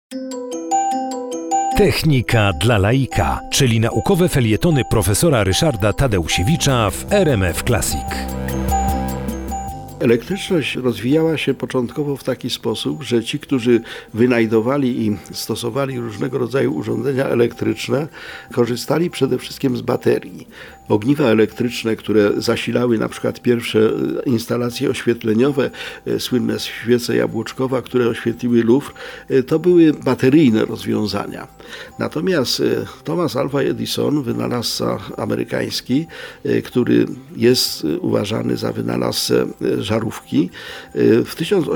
Technika dla laika, czyli naukowe felietony profesora Ryszarda Tadeusiewicza w RMF Classic. Elektryczność rozwijała się początkowo w taki sposób, że ci, którzy wynajdowali i stosowali różnego rodzaju urządzenia elektryczne, korzystali przede wszystkim z baterii. Ogniwa elektryczne, które zasilały na przykład pierwsze instalacje oświetleniowe, słynne świece Jabłoczkowa, które oświetliły Louvre, to były bateryjne rozwiązania. Natomiast Thomas Alva Edison, wynalazca amerykański, który jest uważany za wynalazcę żarówki, w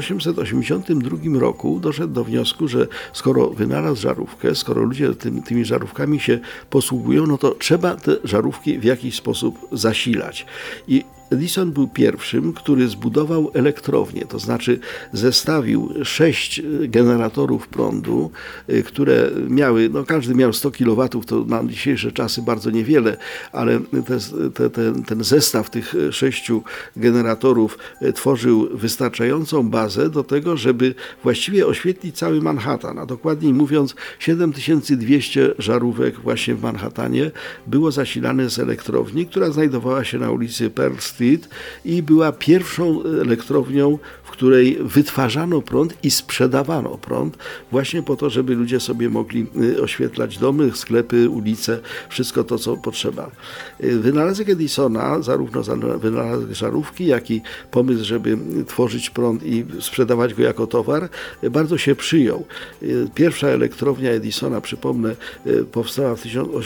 1882 roku doszedł do wniosku, że skoro wynalazł żarówkę, skoro ludzie tymi żarówkami się posługują, no to trzeba te żarówki w jakiś sposób zasilać. I Edison był pierwszym, który zbudował elektrownię, to znaczy zestawił 6 generatorów prądu, które miały, każdy miał 100 kW, to na dzisiejsze czasy bardzo niewiele, ale ten zestaw tych 6 generatorów tworzył wystarczającą bazę do tego, żeby właściwie oświetlić cały Manhattan, a dokładniej mówiąc 7200 żarówek właśnie w Manhattanie było zasilane z elektrowni, która znajdowała się na ulicy Pearl Street i była pierwszą elektrownią, w której wytwarzano prąd i sprzedawano prąd właśnie po to, żeby ludzie sobie mogli oświetlać domy, sklepy, ulice, wszystko to, co potrzeba. Wynalazek Edisona, zarówno wynalazek żarówki, jak i pomysł, żeby tworzyć prąd i sprzedawać go jako towar, bardzo się przyjął. Pierwsza elektrownia Edisona, przypomnę, powstała w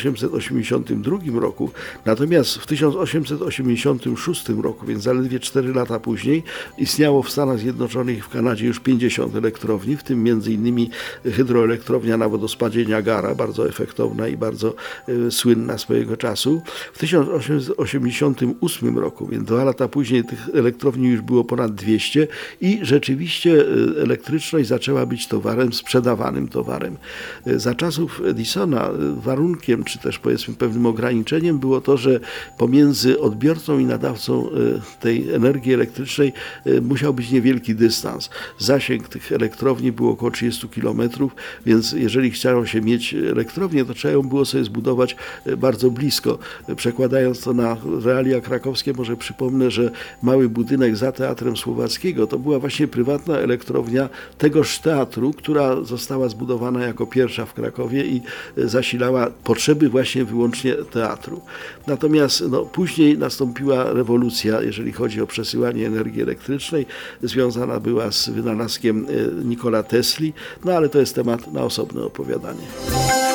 1882 roku, natomiast w 1886 roku, więc zaledwie 4 lata później, istniało w Stanach Zjednoczonych i w Kanadzie już 50 elektrowni, w tym m.in. hydroelektrownia na wodospadzie Niagara, bardzo efektowna i bardzo słynna swojego czasu. W 1888 roku, więc 2 lata później, tych elektrowni już było ponad 200 i rzeczywiście elektryczność zaczęła być towarem, sprzedawanym towarem. Za czasów Edisona warunkiem, czy też powiedzmy pewnym ograniczeniem było to, że pomiędzy odbiorcą i nadawcą tej energii elektrycznej musiał być niewielki dystans. Zasięg tych elektrowni był około 30 km, więc jeżeli chciało się mieć elektrownię, to trzeba ją było sobie zbudować bardzo blisko. Przekładając to na realia krakowskie, może przypomnę, że mały budynek za Teatrem Słowackiego to była właśnie prywatna elektrownia tegoż teatru, która została zbudowana jako pierwsza w Krakowie i zasilała potrzeby właśnie wyłącznie teatru. Natomiast później nastąpiła rewolucja, jeżeli chodzi o przesyłanie energii elektrycznej, związana była z wynalazkiem Nikola Tesli, ale to jest temat na osobne opowiadanie.